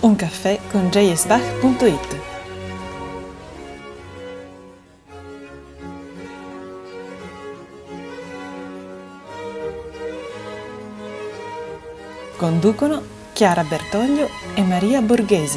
Un caffè con jsbach.it. Conducono Chiara Bertoglio e Maria Borghesi.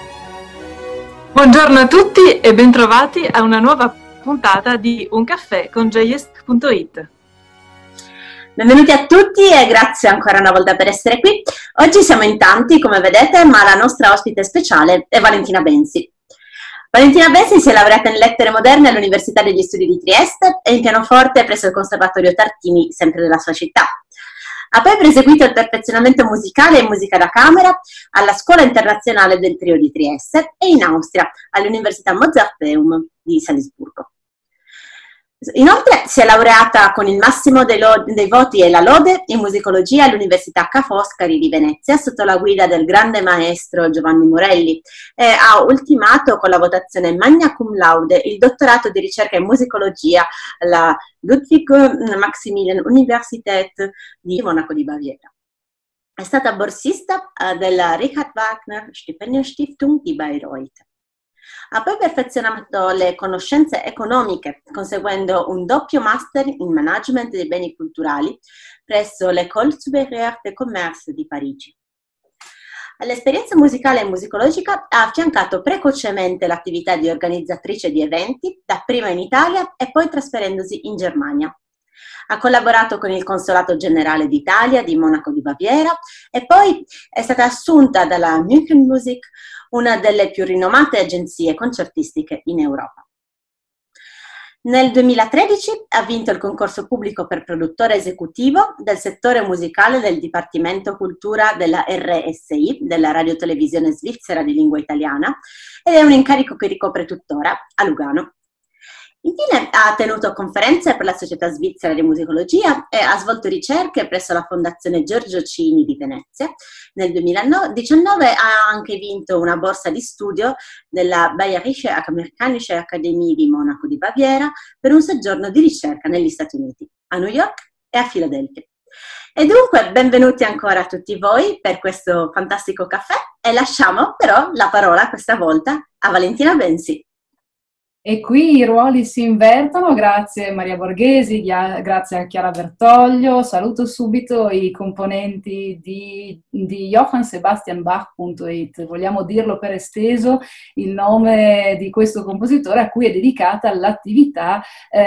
Buongiorno a tutti e bentrovati a una nuova puntata di Un caffè con jsbach.it. Benvenuti a tutti e grazie ancora una volta per essere qui. Oggi siamo in tanti, come vedete, ma la nostra ospite speciale è Valentina Bensi. Valentina Bensi si è laureata in lettere moderne all'Università degli Studi di Trieste e in pianoforte presso il Conservatorio Tartini, sempre della sua città. Ha poi proseguito il perfezionamento musicale in musica da camera alla Scuola Internazionale del Trio di Trieste e in Austria all'Università Mozarteum di Salisburgo. Inoltre si è laureata con il massimo dei voti e la lode in musicologia all'Università Ca' Foscari di Venezia sotto la guida del grande maestro Giovanni Morelli e ha ultimato con la votazione magna cum laude il dottorato di ricerca in musicologia alla Ludwig Maximilian Universität di Monaco di Baviera. È stata borsista della Richard Wagner Stipendienstiftung di Bayreuth. Ha poi perfezionato le conoscenze economiche, conseguendo un doppio master in management dei beni culturali presso l'École supérieure de commerce di Parigi. All'esperienza musicale e musicologica ha affiancato precocemente l'attività di organizzatrice di eventi, dapprima in Italia e poi trasferendosi in Germania. Ha collaborato con il Consolato Generale d'Italia di Monaco di Baviera e poi è stata assunta dalla München Musik, una delle più rinomate agenzie concertistiche in Europa. Nel 2013 ha vinto il concorso pubblico per produttore esecutivo del settore musicale del Dipartimento Cultura della RSI, della Radiotelevisione Svizzera di lingua italiana, ed è un incarico che ricopre tuttora a Lugano. Infine ha tenuto conferenze per la Società Svizzera di Musicologia e ha svolto ricerche presso la Fondazione Giorgio Cini di Venezia. Nel 2019 ha anche vinto una borsa di studio della Bayerische Amerikanische Akademie di Monaco di Baviera per un soggiorno di ricerca negli Stati Uniti, a New York e a Filadelfia. E dunque benvenuti ancora a tutti voi per questo fantastico caffè e lasciamo però la parola questa volta a Valentina Bensi. E qui i ruoli si invertono, grazie Maria Borghesi, grazie a Chiara Bertoglio. Saluto subito i componenti di JohannSebastianBach.it. Vogliamo dirlo per esteso, il nome di questo compositore a cui è dedicata l'attività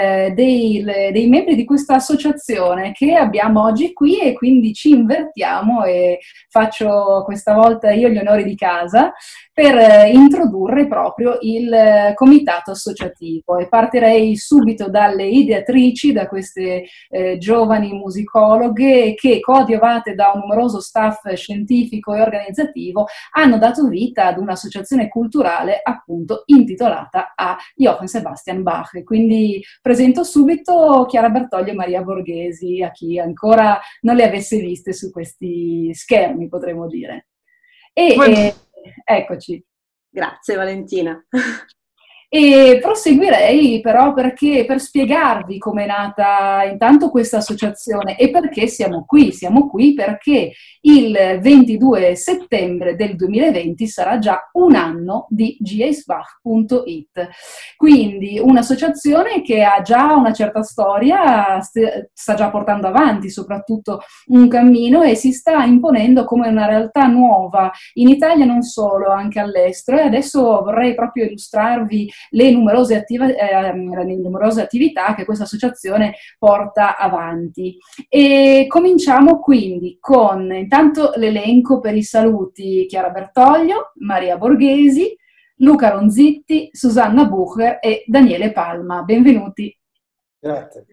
dei membri di questa associazione che abbiamo oggi qui, e quindi ci invertiamo e faccio questa volta io gli onori di casa per introdurre proprio il comitato associativo, e partirei subito dalle ideatrici, da queste giovani musicologhe che, coadiuvate da un numeroso staff scientifico e organizzativo, hanno dato vita ad un'associazione culturale appunto intitolata a Johann Sebastian Bach. E quindi presento subito Chiara Bertoglio e Maria Borghesi, a chi ancora non le avesse viste su questi schermi, potremmo dire. Eccoci. Grazie Valentina. E proseguirei però per spiegarvi come è nata intanto questa associazione e perché siamo qui. Siamo qui perché il 22 settembre del 2020 sarà già un anno di jsbach.it, quindi un'associazione che ha già una certa storia, sta già portando avanti soprattutto un cammino e si sta imponendo come una realtà nuova in Italia, non solo, anche all'estero. E adesso vorrei proprio illustrarvi le numerose attività che questa associazione porta avanti. E cominciamo quindi con intanto l'elenco per i saluti: Chiara Bertoglio, Maria Borghesi, Luca Ronzitti, Susanna Bucher e Daniele Palma. Benvenuti. Grazie.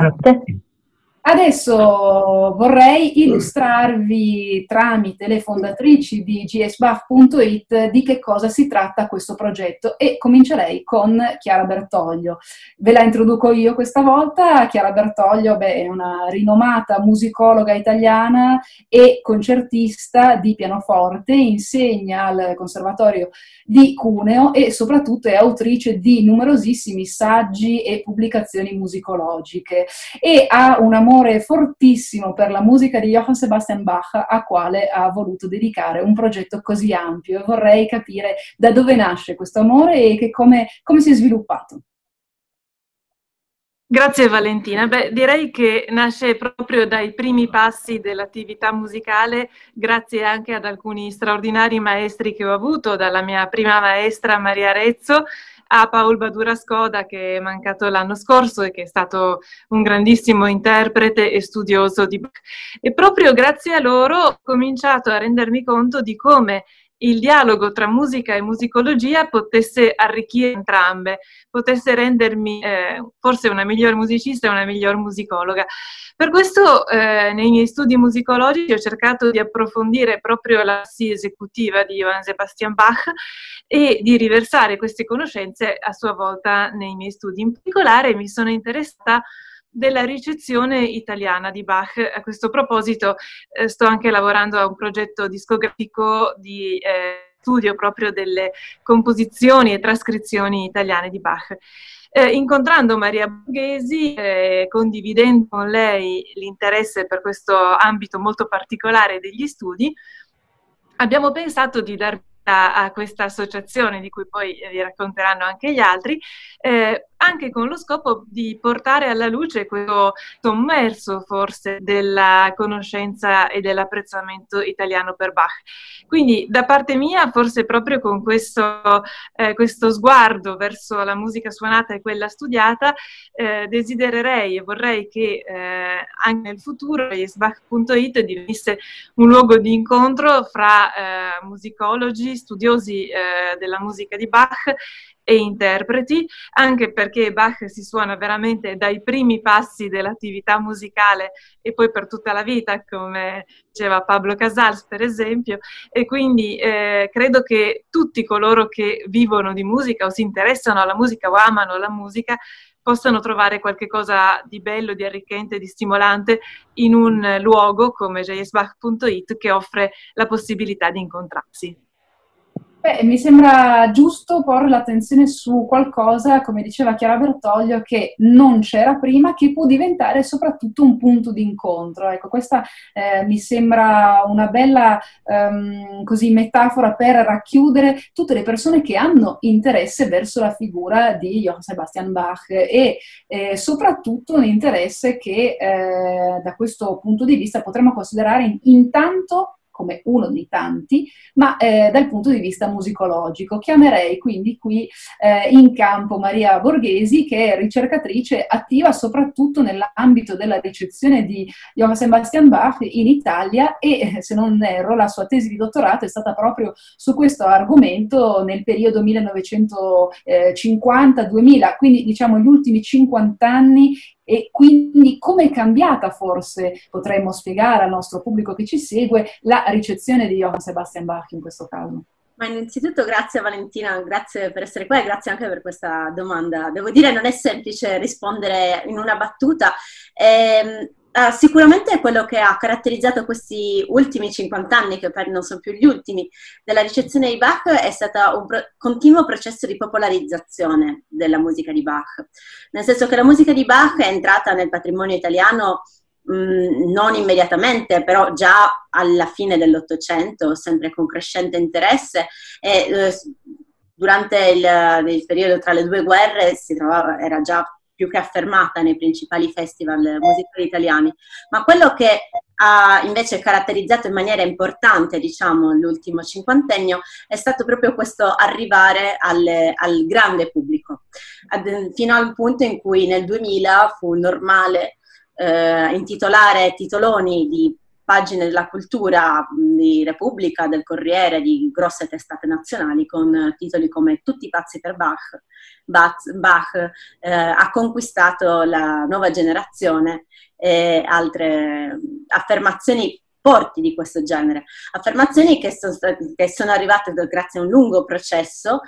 Adesso vorrei illustrarvi tramite le fondatrici di jsbach.it di che cosa si tratta questo progetto, e comincerei con Chiara Bertoglio. Ve la introduco io questa volta. Chiara Bertoglio è una rinomata musicologa italiana e concertista di pianoforte, insegna al Conservatorio di Cuneo e soprattutto è autrice di numerosissimi saggi e pubblicazioni musicologiche, e ha un amore amore fortissimo per la musica di Johann Sebastian Bach, a quale ha voluto dedicare un progetto così ampio, e vorrei capire da dove nasce questo amore e come si è sviluppato. Grazie Valentina. Beh, direi che nasce proprio dai primi passi dell'attività musicale, grazie anche ad alcuni straordinari maestri che ho avuto, dalla mia prima maestra Maria Rezzo a Paul Badura Skoda, che è mancato l'anno scorso e che è stato un grandissimo interprete e studioso di Bach. E proprio grazie a loro ho cominciato a rendermi conto di come il dialogo tra musica e musicologia potesse arricchire entrambe, potesse rendermi forse una miglior musicista e una miglior musicologa. Per questo nei miei studi musicologici ho cercato di approfondire proprio la psi esecutiva di Johann Sebastian Bach e di riversare queste conoscenze a sua volta nei miei studi. In particolare mi sono interessata della ricezione italiana di Bach. A questo proposito sto anche lavorando a un progetto discografico di studio proprio delle composizioni e trascrizioni italiane di Bach. Incontrando Maria Borghesi, condividendo con lei l'interesse per questo ambito molto particolare degli studi, abbiamo pensato di dar a questa associazione, di cui poi vi racconteranno anche gli altri, anche con lo scopo di portare alla luce questo sommerso forse della conoscenza e dell'apprezzamento italiano per Bach. Quindi da parte mia, forse proprio con questo sguardo verso la musica suonata e quella studiata, desidererei e vorrei che anche nel futuro yesbach.it divenisse un luogo di incontro fra musicologi, studiosi della musica di Bach e interpreti, anche perché Bach si suona veramente dai primi passi dell'attività musicale e poi per tutta la vita, come diceva Pablo Casals per esempio, e quindi credo che tutti coloro che vivono di musica o si interessano alla musica o amano la musica possano trovare qualche cosa di bello, di arricchente, di stimolante in un luogo come jsbach.it che offre la possibilità di incontrarsi. Beh, mi sembra giusto porre l'attenzione su qualcosa, come diceva Chiara Bertoglio, che non c'era prima, che può diventare soprattutto un punto di incontro. Ecco, questa mi sembra una bella così metafora per racchiudere tutte le persone che hanno interesse verso la figura di Johann Sebastian Bach e soprattutto un interesse che da questo punto di vista potremmo considerare intanto come uno dei tanti, ma dal punto di vista musicologico. Chiamerei quindi qui in campo Maria Borghesi, che è ricercatrice attiva soprattutto nell'ambito della ricezione di Johann Sebastian Bach in Italia e, se non erro, la sua tesi di dottorato è stata proprio su questo argomento nel periodo 1950-2000, quindi diciamo gli ultimi 50 anni. E quindi come è cambiata, forse potremmo spiegare al nostro pubblico che ci segue, la ricezione di Johann Sebastian Bach in questo caso? Ma innanzitutto grazie Valentina, grazie per essere qua e grazie anche per questa domanda. Devo dire non è semplice rispondere in una battuta. Sicuramente quello che ha caratterizzato questi ultimi 50 anni, che poi non sono più gli ultimi, della ricezione di Bach è stato un continuo processo di popolarizzazione della musica di Bach, nel senso che la musica di Bach è entrata nel patrimonio italiano non immediatamente, però già alla fine dell'Ottocento, sempre con crescente interesse, e durante il periodo tra le due guerre era già più che affermata nei principali festival musicali italiani. Ma quello che ha invece caratterizzato in maniera importante, diciamo, l'ultimo cinquantennio è stato proprio questo arrivare al grande pubblico, fino al punto in cui nel 2000 fu normale intitolare titoloni di pagine della cultura di Repubblica, del Corriere, di grosse testate nazionali con titoli come Tutti pazzi per Bach. Bach ha conquistato la nuova generazione e altre affermazioni forti di questo genere, affermazioni che sono arrivate grazie a un lungo processo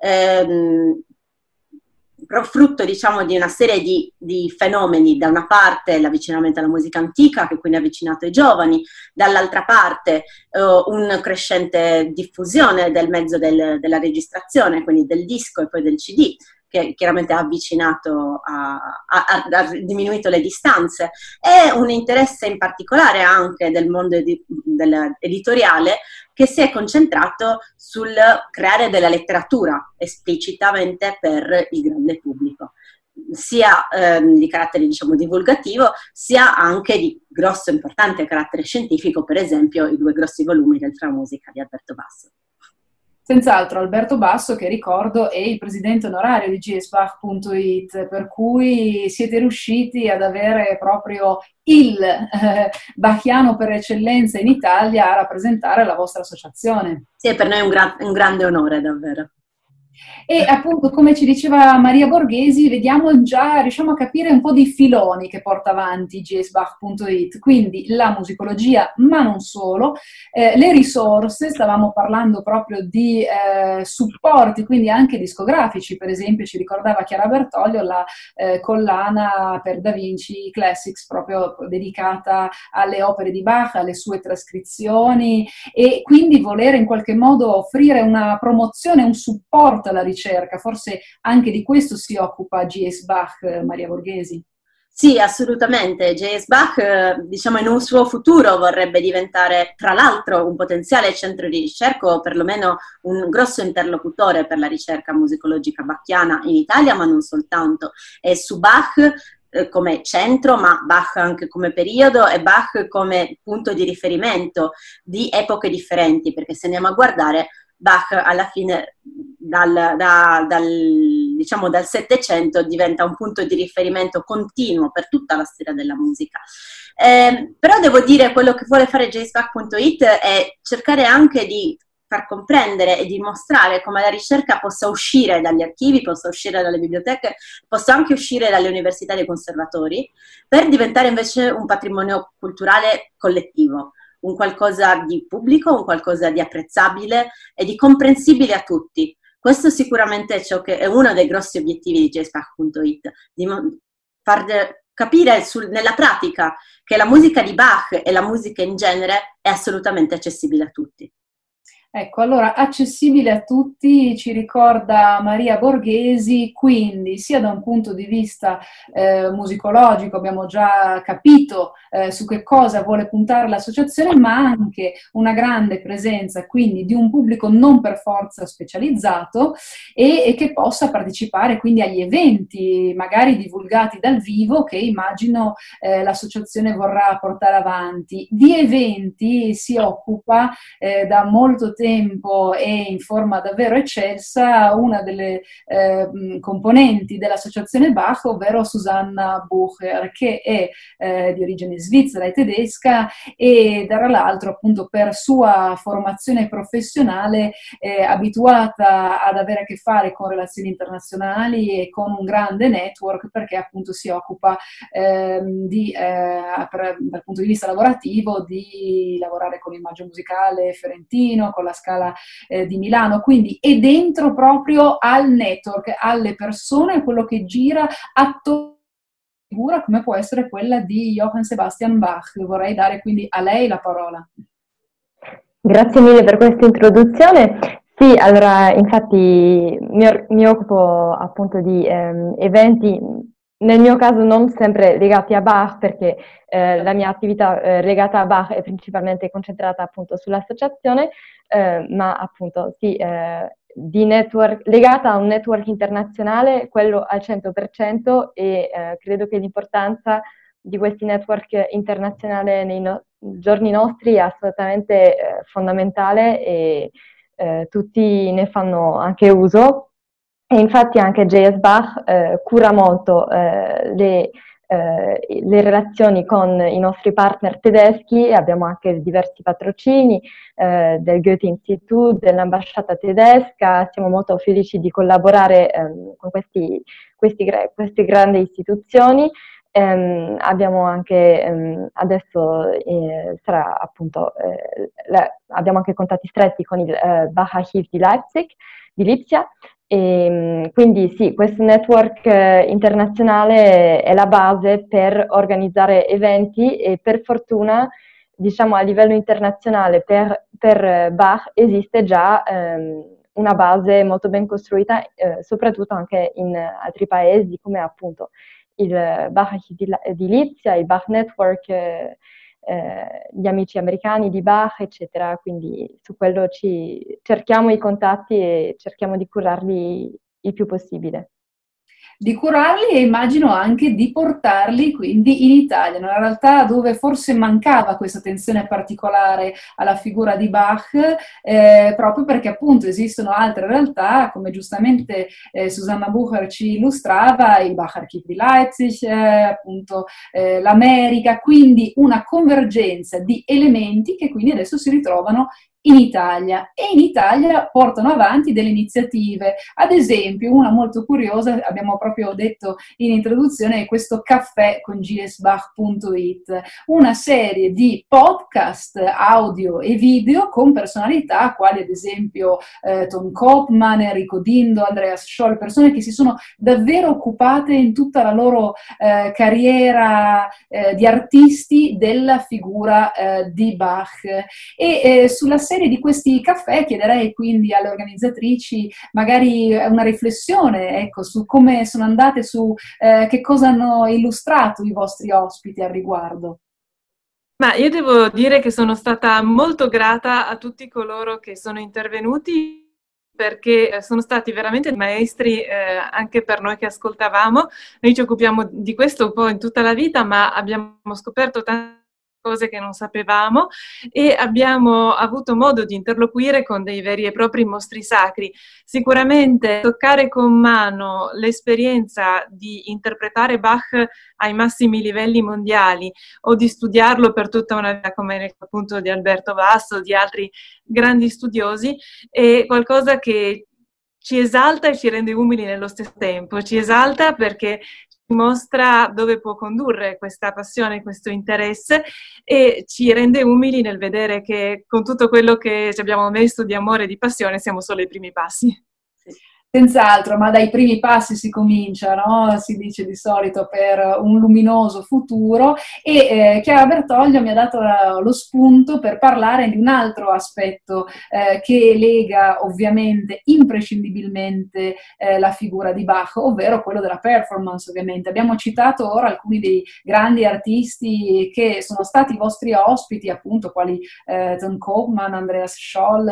frutto, diciamo, di una serie di fenomeni. Da una parte l'avvicinamento alla musica antica, che quindi ha avvicinato i giovani, dall'altra parte una crescente diffusione del mezzo della registrazione, quindi del disco e poi del CD, che chiaramente ha avvicinato, ha diminuito le distanze, e un interesse in particolare anche del mondo dell'editoriale, che si è concentrato sul creare della letteratura esplicitamente per il grande pubblico, sia di carattere, diciamo, divulgativo, sia anche di grosso importante carattere scientifico, per esempio i 2 grossi volumi del Fra Musica di Alberto Basso. Senz'altro Alberto Basso, che ricordo è il presidente onorario di gsbach.it, per cui siete riusciti ad avere proprio il bachiano per eccellenza in Italia a rappresentare la vostra associazione. Sì, per noi è un grande onore, davvero. E appunto, come ci diceva Maria Borghesi, vediamo già, riusciamo a capire un po' di filoni che porta avanti gsbach.it, quindi la musicologia, ma non solo, le risorse, stavamo parlando proprio di supporti, quindi anche discografici, per esempio ci ricordava Chiara Bertoglio la collana per Da Vinci Classics, proprio dedicata alle opere di Bach, alle sue trascrizioni, e quindi volere in qualche modo offrire una promozione, un supporto alla ricerca. Forse anche di questo si occupa J.S. Bach, Maria Borghesi. Sì, assolutamente. J.S. Bach, diciamo, in un suo futuro vorrebbe diventare, tra l'altro, un potenziale centro di ricerca, o perlomeno un grosso interlocutore per la ricerca musicologica bacchiana in Italia, ma non soltanto. E su Bach come centro, ma Bach anche come periodo, e Bach come punto di riferimento di epoche differenti, perché se andiamo a guardare, Bach alla fine diciamo dal Settecento diventa un punto di riferimento continuo per tutta la storia della musica. Però devo dire, quello che vuole fare gsbach.it è cercare anche di far comprendere e dimostrare come la ricerca possa uscire dagli archivi, possa uscire dalle biblioteche, possa anche uscire dalle università e dai conservatori, per diventare invece un patrimonio culturale collettivo, un qualcosa di pubblico, un qualcosa di apprezzabile e di comprensibile a tutti. Questo sicuramente è ciò che è uno dei grossi obiettivi di gsbach.it, di far capire nella pratica che la musica di Bach e la musica in genere è assolutamente accessibile a tutti. Ecco, allora, accessibile a tutti, ci ricorda Maria Borghesi, quindi sia da un punto di vista musicologico, abbiamo già capito su che cosa vuole puntare l'associazione, ma anche una grande presenza quindi di un pubblico non per forza specializzato e che possa partecipare quindi agli eventi, magari divulgati dal vivo, che immagino l'associazione vorrà portare avanti. Di eventi si occupa da molto tempo e in forma davvero eccelsa una delle componenti dell'associazione Bach, ovvero Susanna Bucher, che è di origine svizzera e tedesca, e tra l'altro appunto per sua formazione professionale abituata ad avere a che fare con relazioni internazionali e con un grande network, perché appunto si occupa dal punto di vista lavorativo di lavorare con il Maggio Musicale Fiorentino, con la Scala di Milano, quindi è dentro proprio al network, alle persone, quello che gira attorno a una figura come può essere quella di Johann Sebastian Bach. Vorrei dare quindi a lei la parola. Grazie mille per questa introduzione. Sì, allora, infatti mi occupo appunto di eventi, nel mio caso non sempre legati a Bach, perché la mia attività legata a Bach è principalmente concentrata appunto sull'associazione, ma appunto sì, di network, legata a un network internazionale, quello al 100%, e credo che l'importanza di questi network internazionali nei giorni nostri è assolutamente fondamentale, e tutti ne fanno anche uso. E infatti anche J.S. Bach cura molto le relazioni con i nostri partner tedeschi. Abbiamo anche diversi patrocini del Goethe-Institut, dell'ambasciata tedesca. Siamo molto felici di collaborare con queste grandi istituzioni. Abbiamo anche adesso sarà appunto abbiamo anche contatti stretti con il Bach Archiv di Lipsia. E quindi sì, questo network internazionale è la base per organizzare eventi, e per fortuna, diciamo, a livello internazionale per Bach esiste già una base molto ben costruita, soprattutto anche in altri paesi come appunto il Bach Edilizia, il Bach Network, gli amici americani di Bach, eccetera. Quindi su quello cerchiamo i contatti e cerchiamo di curarli il più possibile. Di curarli e immagino anche di portarli quindi in Italia, in una realtà dove forse mancava questa attenzione particolare alla figura di Bach, proprio perché appunto esistono altre realtà, come giustamente Susanna Bucher ci illustrava, il Bach Archiv di Leipzig, appunto l'America, quindi una convergenza di elementi che quindi adesso si ritrovano in Italia, e in Italia portano avanti delle iniziative. Ad esempio, una molto curiosa, abbiamo proprio detto in introduzione, è questo caffè con gsbach.it, una serie di podcast audio e video con personalità quali ad esempio Tom Kopman, Enrico Dindo, Andreas Scholl, persone che si sono davvero occupate in tutta la loro carriera di artisti della figura di Bach. E sulla serie di questi caffè chiederei quindi alle organizzatrici magari una riflessione, ecco, su come sono andate, su che cosa hanno illustrato i vostri ospiti al riguardo. Ma io devo dire che sono stata molto grata a tutti coloro che sono intervenuti, perché sono stati veramente maestri anche per noi che ascoltavamo. Noi ci occupiamo di questo un po' in tutta la vita, ma abbiamo scoperto tante cose che non sapevamo e abbiamo avuto modo di interloquire con dei veri e propri mostri sacri. Sicuramente toccare con mano l'esperienza di interpretare Bach ai massimi livelli mondiali o di studiarlo per tutta una vita, come nel caso appunto di Alberto Basso, di altri grandi studiosi, è qualcosa che ci esalta e ci rende umili nello stesso tempo. Ci esalta perché mostra dove può condurre questa passione, questo interesse, e ci rende umili nel vedere che con tutto quello che ci abbiamo messo di amore e di passione siamo solo ai primi passi. Senz'altro, ma dai primi passi si comincia, no? Si dice di solito, per un luminoso futuro, e Chiara Bertoglio mi ha dato lo spunto per parlare di un altro aspetto che lega ovviamente imprescindibilmente la figura di Bach, ovvero quello della performance. Ovviamente abbiamo citato ora alcuni dei grandi artisti che sono stati i vostri ospiti, appunto quali Tom Kopman, Andreas Scholl,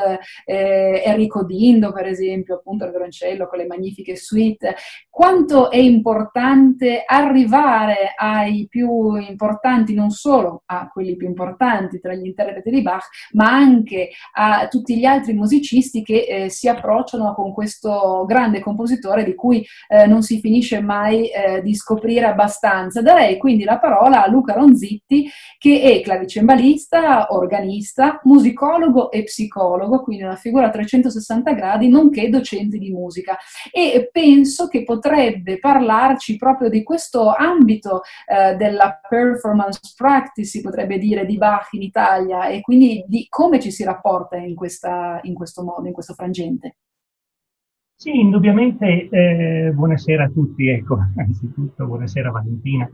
Enrico Dindo per esempio, appunto il violoncello con le magnifiche suite. Quanto è importante arrivare ai più importanti, non solo a quelli più importanti tra gli interpreti di Bach, ma anche a tutti gli altri musicisti che si approcciano con questo grande compositore di cui non si finisce mai di scoprire abbastanza. Darei quindi la parola a Luca Ronzitti, che è clavicembalista, organista, musicologo e psicologo, quindi una figura a 360 gradi, nonché docente di musica. E penso che potrebbe parlarci proprio di questo ambito della performance practice, si potrebbe dire, di Bach in Italia, e quindi di come ci si rapporta in questo modo, in questo frangente. Sì, indubbiamente, buonasera a tutti, ecco, anzitutto buonasera Valentina.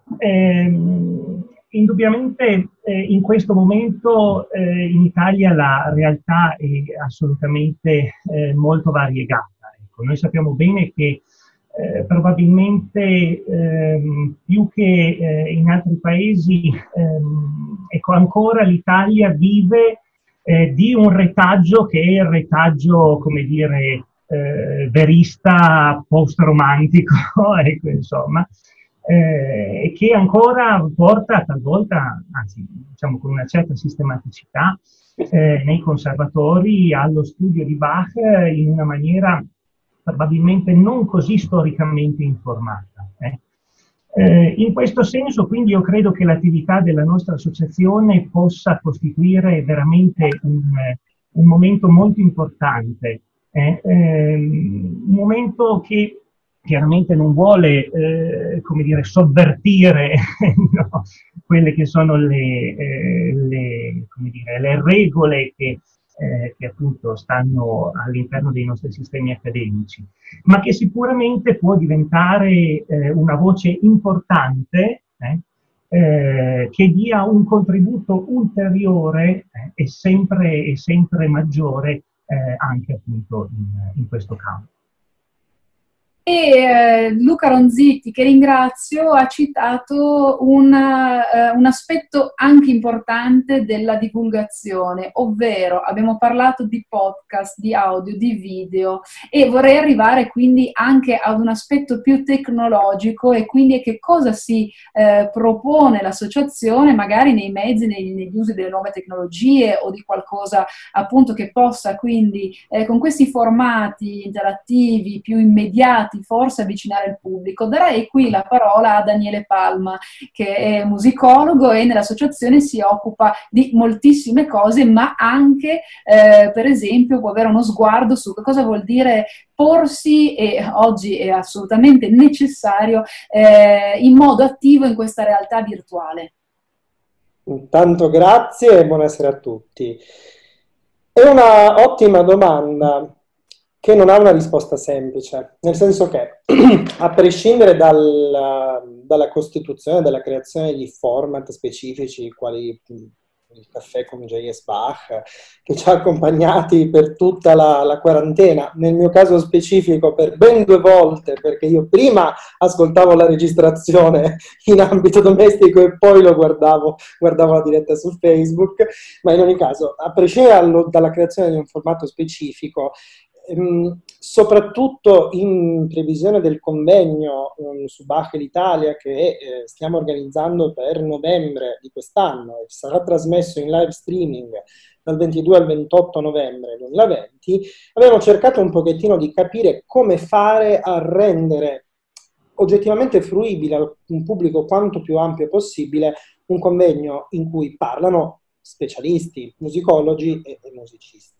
Indubbiamente in questo momento in Italia la realtà è assolutamente molto variegata. Ecco, noi sappiamo bene che probabilmente più che in altri paesi, ecco, ancora l'Italia vive di un retaggio che è il retaggio, come dire, verista post-romantico, ecco, insomma, che ancora porta talvolta, anzi diciamo con una certa sistematicità, nei conservatori allo studio di Bach in una maniera probabilmente non così storicamente informata. In questo senso, quindi, io credo che l'attività della nostra associazione possa costituire veramente un momento molto importante, un momento che chiaramente non vuole, come dire, sovvertire no, quelle che sono come dire, le regole che appunto stanno all'interno dei nostri sistemi accademici, ma che sicuramente può diventare una voce importante che dia un contributo ulteriore e sempre maggiore anche appunto in questo campo. E Luca Ronzitti, che ringrazio, ha citato un aspetto anche importante della divulgazione, ovvero abbiamo parlato di podcast, di audio, di video, e vorrei arrivare quindi anche ad un aspetto più tecnologico, e quindi che cosa si propone l'associazione magari nei mezzi, negli usi delle nuove tecnologie, o di qualcosa appunto che possa quindi con questi formati interattivi più immediati forse avvicinare il pubblico. Darei qui la parola a Daniele Palma, che è musicologo e nell'associazione si occupa di moltissime cose, ma anche per esempio può avere uno sguardo su che cosa vuol dire porsi, e oggi è assolutamente necessario, in modo attivo in questa realtà virtuale. Intanto grazie e buonasera a tutti. È una ottima domanda che non ha una risposta semplice, nel senso che a prescindere dalla costituzione, dalla creazione di format specifici quali il caffè con J.S. Bach, che ci ha accompagnati per tutta la quarantena, nel mio caso specifico per ben 2 volte, perché io prima ascoltavo la registrazione in ambito domestico e poi lo guardavo la diretta su Facebook, ma in ogni caso, a prescindere dalla creazione di un formato specifico, soprattutto in previsione del convegno su Bach l'Italia che stiamo organizzando per novembre di quest'anno e sarà trasmesso in live streaming dal 22 al 28 novembre 2020, abbiamo cercato un pochettino di capire come fare a rendere oggettivamente fruibile a un pubblico quanto più ampio possibile un convegno in cui parlano specialisti, musicologi e musicisti.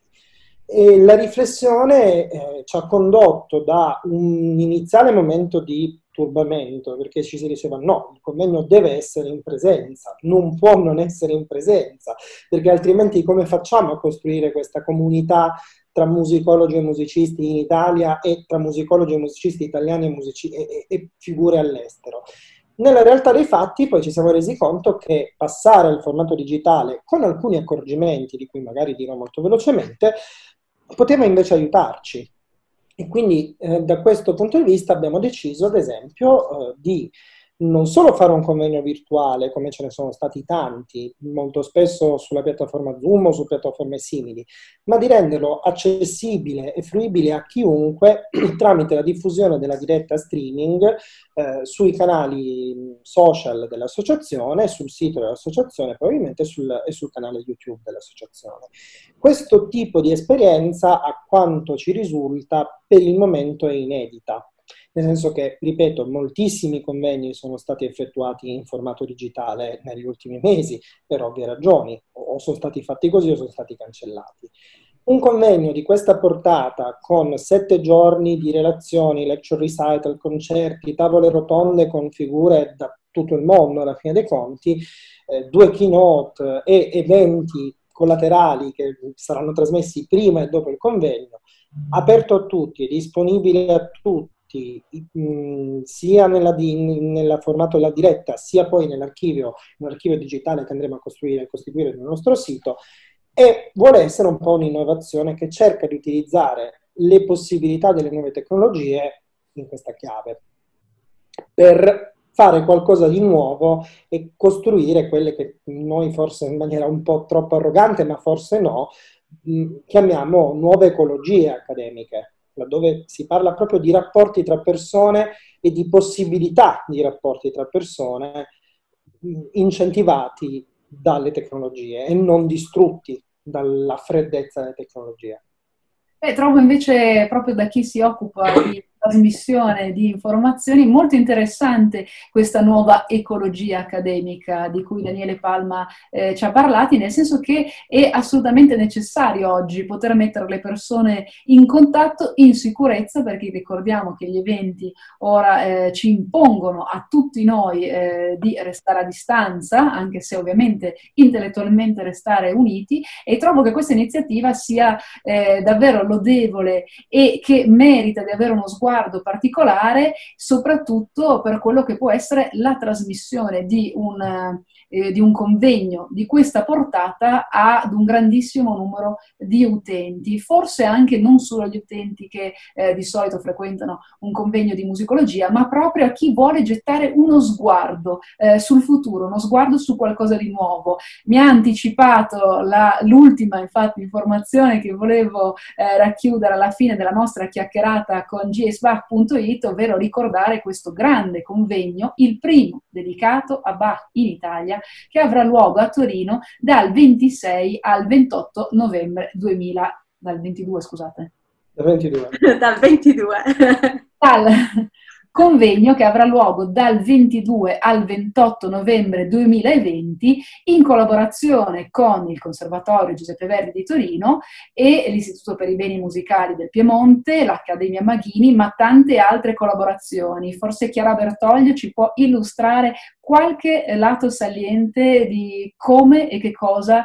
E la riflessione ci ha condotto da un iniziale momento di turbamento, perché ci si diceva no, il convegno deve essere in presenza, non può non essere in presenza, perché altrimenti come facciamo a costruire questa comunità tra musicologi e musicisti in Italia e tra musicologi e musicisti italiani e figure all'estero? Nella realtà dei fatti poi ci siamo resi conto che passare al formato digitale, con alcuni accorgimenti di cui magari dirò molto velocemente, poteva invece aiutarci. E quindi da questo punto di vista abbiamo deciso, ad esempio, di non solo fare un convegno virtuale, come ce ne sono stati tanti, molto spesso sulla piattaforma Zoom o su piattaforme simili, ma di renderlo accessibile e fruibile a chiunque tramite la diffusione della diretta streaming sui canali social dell'associazione, sul sito dell'associazione probabilmente e sul canale YouTube dell'associazione. Questo tipo di esperienza, a quanto ci risulta, per il momento è inedita. Nel senso che, ripeto, moltissimi convegni sono stati effettuati in formato digitale negli ultimi mesi, per ovvie ragioni, o sono stati fatti così o sono stati cancellati. Un convegno di questa portata, con 7 giorni di relazioni, lecture recital, concerti, tavole rotonde con figure da tutto il mondo, alla fine dei conti, 2 keynote e eventi collaterali che saranno trasmessi prima e dopo il convegno, aperto a tutti e disponibile a tutti, sia nel formato della diretta, sia poi nell'archivio digitale che andremo a costituire nel nostro sito, e vuole essere un po' un'innovazione che cerca di utilizzare le possibilità delle nuove tecnologie in questa chiave, per fare qualcosa di nuovo e costruire quelle che noi forse in maniera un po' troppo arrogante, ma forse no, chiamiamo nuove ecologie accademiche, laddove si parla proprio di rapporti tra persone e di possibilità di rapporti tra persone incentivati dalle tecnologie e non distrutti dalla freddezza delle tecnologie. Trovo invece, proprio da chi si occupa di trasmissione di informazioni, molto interessante questa nuova ecologia accademica di cui Daniele Palma ci ha parlati, nel senso che è assolutamente necessario oggi poter mettere le persone in contatto in sicurezza, perché ricordiamo che gli eventi ora ci impongono a tutti noi di restare a distanza, anche se ovviamente intellettualmente restare uniti, e trovo che questa iniziativa sia davvero lodevole e che merita di avere uno sguardo particolare, soprattutto per quello che può essere la trasmissione di di un convegno di questa portata ad un grandissimo numero di utenti, forse anche non solo agli utenti che di solito frequentano un convegno di musicologia, ma proprio a chi vuole gettare uno sguardo sul futuro, uno sguardo su qualcosa di nuovo. Mi ha anticipato l'ultima, infatti, informazione che volevo racchiudere alla fine della nostra chiacchierata con gsbach.it, ovvero ricordare questo grande convegno, il primo dedicato a Bach in Italia, che avrà luogo a Torino dal 26 al 28 novembre 2000, dal 22, scusate. Dal 22. Dal 22. Dal convegno che avrà luogo dal 22 al 28 novembre 2020 in collaborazione con il Conservatorio Giuseppe Verdi di Torino e l'Istituto per i Beni Musicali del Piemonte, l'Accademia Maghini, ma tante altre collaborazioni. Forse Chiara Bertoglio ci può illustrare qualche lato saliente di come e che cosa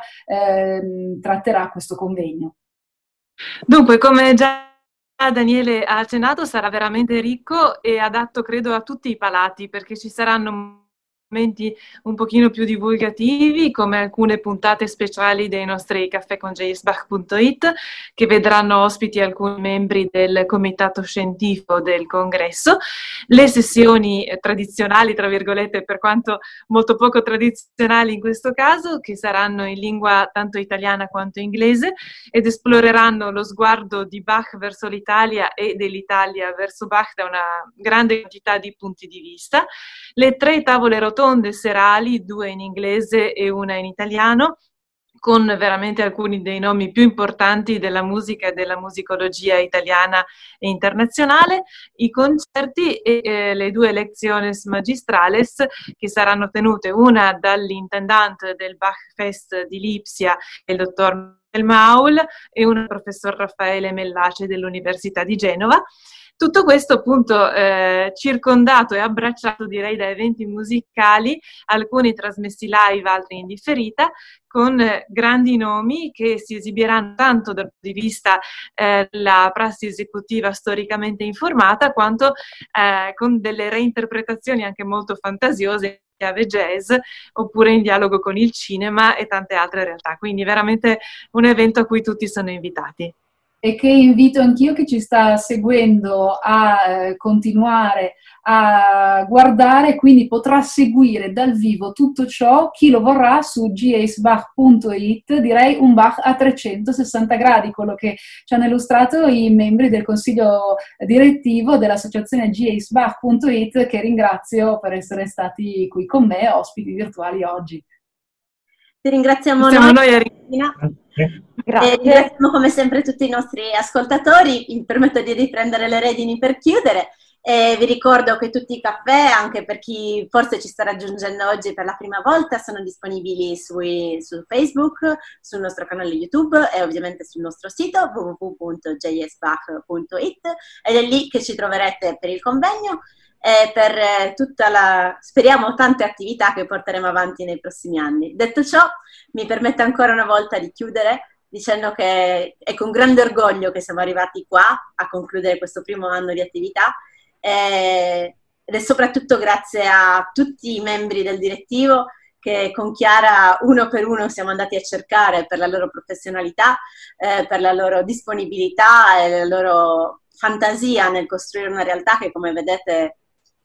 tratterà questo convegno. Dunque, come già Daniele ha accennato, sarà veramente ricco e adatto, credo, a tutti i palati, perché ci saranno momenti un pochino più divulgativi, come alcune puntate speciali dei nostri caffè con gsbach.it, che vedranno ospiti alcuni membri del comitato scientifico del congresso, le sessioni tradizionali, tra virgolette, per quanto molto poco tradizionali in questo caso, che saranno in lingua tanto italiana quanto inglese ed esploreranno lo sguardo di Bach verso l'Italia e dell'Italia verso Bach da una grande quantità di punti di vista. Le 3 tavole rotonde serali, 2 in inglese e una in italiano, con veramente alcuni dei nomi più importanti della musica e della musicologia italiana e internazionale, i concerti e le 2 lecciones magistrales che saranno tenute, una dall'intendante del Bach Fest di Lipsia, il dottor Maul, e una dal professor Raffaele Mellace dell'Università di Genova. Tutto questo appunto circondato e abbracciato, direi, da eventi musicali, alcuni trasmessi live, altri in differita, con grandi nomi che si esibiranno tanto dal punto di vista della prassi esecutiva storicamente informata, quanto con delle reinterpretazioni anche molto fantasiose in chiave jazz, oppure in dialogo con il cinema e tante altre realtà. Quindi veramente un evento a cui tutti sono invitati. E che invito anch'io che ci sta seguendo a continuare a guardare, quindi potrà seguire dal vivo tutto ciò, chi lo vorrà, su gsbach.it, direi un Bach a 360 gradi, quello che ci hanno illustrato i membri del consiglio direttivo dell'associazione gsbach.it, che ringrazio per essere stati qui con me, ospiti virtuali oggi. Ti ringraziamo noi. Grazie. E ringraziamo come sempre tutti i nostri ascoltatori. Mi permetto di riprendere le redini per chiudere. E vi ricordo che tutti i caffè, anche per chi forse ci sta raggiungendo oggi per la prima volta, sono disponibili su Facebook, sul nostro canale YouTube e ovviamente sul nostro sito www.jsbach.it, ed è lì che ci troverete per il convegno e per speriamo, tante attività che porteremo avanti nei prossimi anni. Detto ciò, mi permetto ancora una volta di chiudere dicendo che è con grande orgoglio che siamo arrivati qua a concludere questo primo anno di attività, ed è soprattutto grazie a tutti i membri del direttivo che con Chiara uno per uno siamo andati a cercare per la loro professionalità, per la loro disponibilità e la loro fantasia nel costruire una realtà che, come vedete,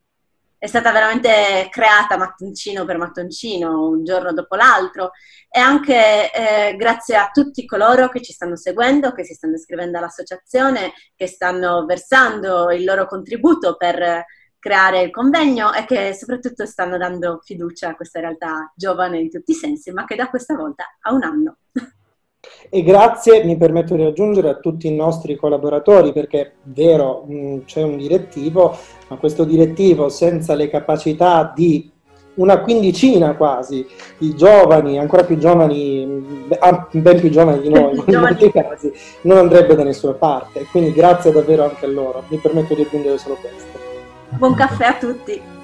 è stata veramente creata mattoncino per mattoncino, un giorno dopo l'altro, e anche grazie a tutti coloro che ci stanno seguendo, che si stanno iscrivendo all'associazione, che stanno versando il loro contributo per creare il convegno e che soprattutto stanno dando fiducia a questa realtà giovane in tutti i sensi, ma che da questa volta ha un anno. E grazie, mi permetto di aggiungere, a tutti i nostri collaboratori, perché è vero, c'è un direttivo, ma questo direttivo senza le capacità di una quindicina quasi di giovani, ancora più giovani, ben più giovani di noi in molti casi, non andrebbe da nessuna parte. Quindi grazie davvero anche a loro, mi permetto di aggiungere solo questo. Buon caffè a tutti!